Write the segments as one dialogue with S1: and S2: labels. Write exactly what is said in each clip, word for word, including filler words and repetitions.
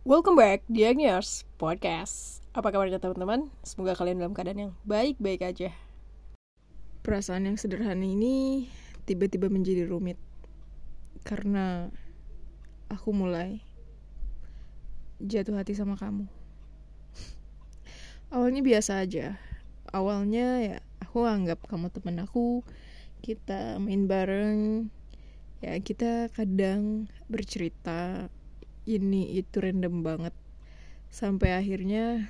S1: Welcome back di Agniars Podcast. Apa kabarnya teman-teman? Semoga kalian dalam keadaan yang baik-baik aja. Perasaan yang sederhana ini tiba-tiba menjadi rumit karena aku mulai jatuh hati sama kamu. Awalnya biasa aja. Awalnya ya aku anggap kamu teman aku. Kita main bareng. Ya kita kadang bercerita ini itu random banget sampai akhirnya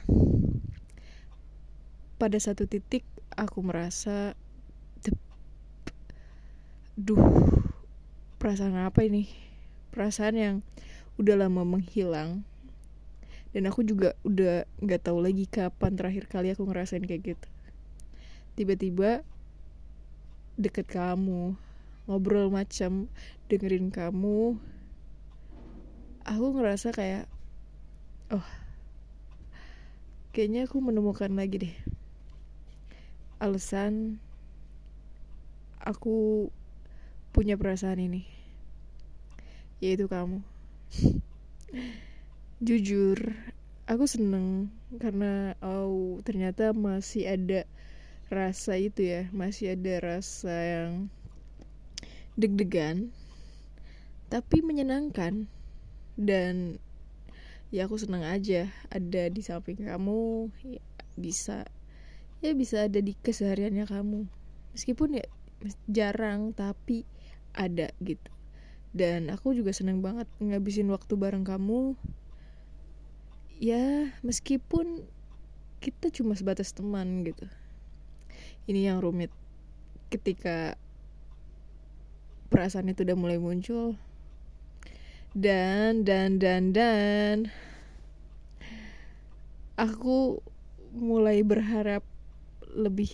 S1: pada satu titik aku merasa dep, duh perasaan apa ini, perasaan yang udah lama menghilang dan aku juga udah nggak tahu lagi kapan terakhir kali aku ngerasain kayak gitu. Tiba-tiba deket kamu, ngobrol macam dengerin kamu, aku ngerasa kayak oh kayaknya aku menemukan lagi deh alasan aku punya perasaan ini, yaitu kamu. Jujur aku seneng karena oh ternyata masih ada rasa itu ya, masih ada rasa yang deg-degan tapi menyenangkan. Dan ya aku senang aja ada di samping kamu, ya, bisa ya bisa ada di kesehariannya kamu meskipun ya jarang tapi ada gitu. Dan aku juga senang banget ngabisin waktu bareng kamu, ya meskipun kita cuma sebatas teman gitu. Ini yang rumit ketika perasaan itu udah mulai muncul. Dan, dan, dan, dan aku mulai berharap lebih.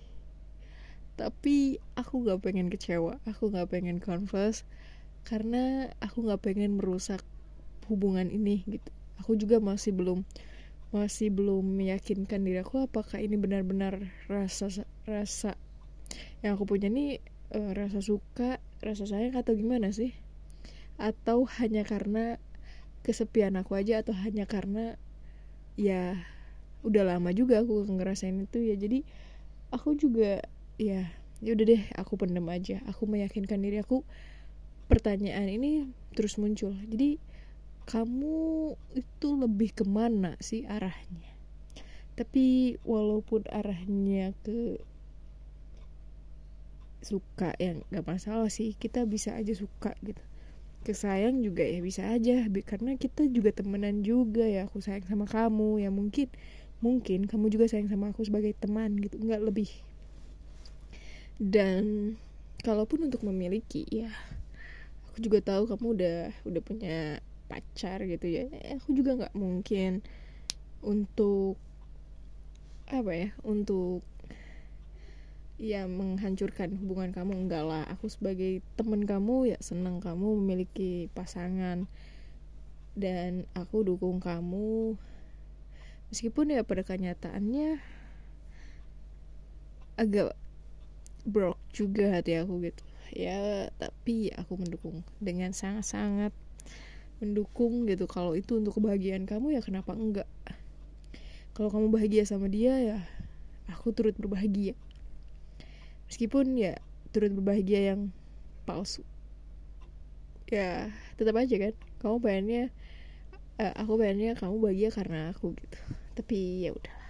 S1: Tapi aku gak pengen kecewa, aku gak pengen confess, karena aku gak pengen merusak hubungan ini gitu. Aku juga masih belum masih belum meyakinkan diri aku apakah ini benar-benar rasa rasa yang aku punya nih, uh, rasa suka, rasa sayang atau gimana sih? Atau hanya karena kesepian aku aja, atau hanya karena ya udah lama juga aku ngerasain itu ya. Jadi aku juga ya ya udah deh, aku pendem aja, aku meyakinkan diri aku. Pertanyaan ini terus muncul, jadi kamu itu lebih kemana sih arahnya? Tapi walaupun arahnya ke suka, yang gak masalah sih, kita bisa aja suka gitu. Kesayang juga ya bisa aja, karena kita juga temenan juga ya. Aku sayang sama kamu ya, mungkin mungkin kamu juga sayang sama aku sebagai teman gitu, nggak lebih. Dan kalaupun untuk memiliki ya, aku juga tahu kamu udah udah punya pacar gitu ya. Aku juga nggak mungkin untuk apa ya, untuk ya menghancurkan hubungan kamu, enggak lah. Aku sebagai teman kamu ya senang kamu memiliki pasangan, dan aku dukung kamu meskipun ya pada kenyataannya agak broke juga hati aku gitu ya. Tapi aku mendukung dengan sangat-sangat mendukung gitu. Kalau itu untuk kebahagiaan kamu ya kenapa enggak? Kalau kamu bahagia sama dia ya aku turut berbahagia, meskipun ya turut berbahagia yang palsu. Ya tetap aja kan kamu pengennya, uh, aku pengennya kamu bahagia karena aku gitu. Tapi ya udah.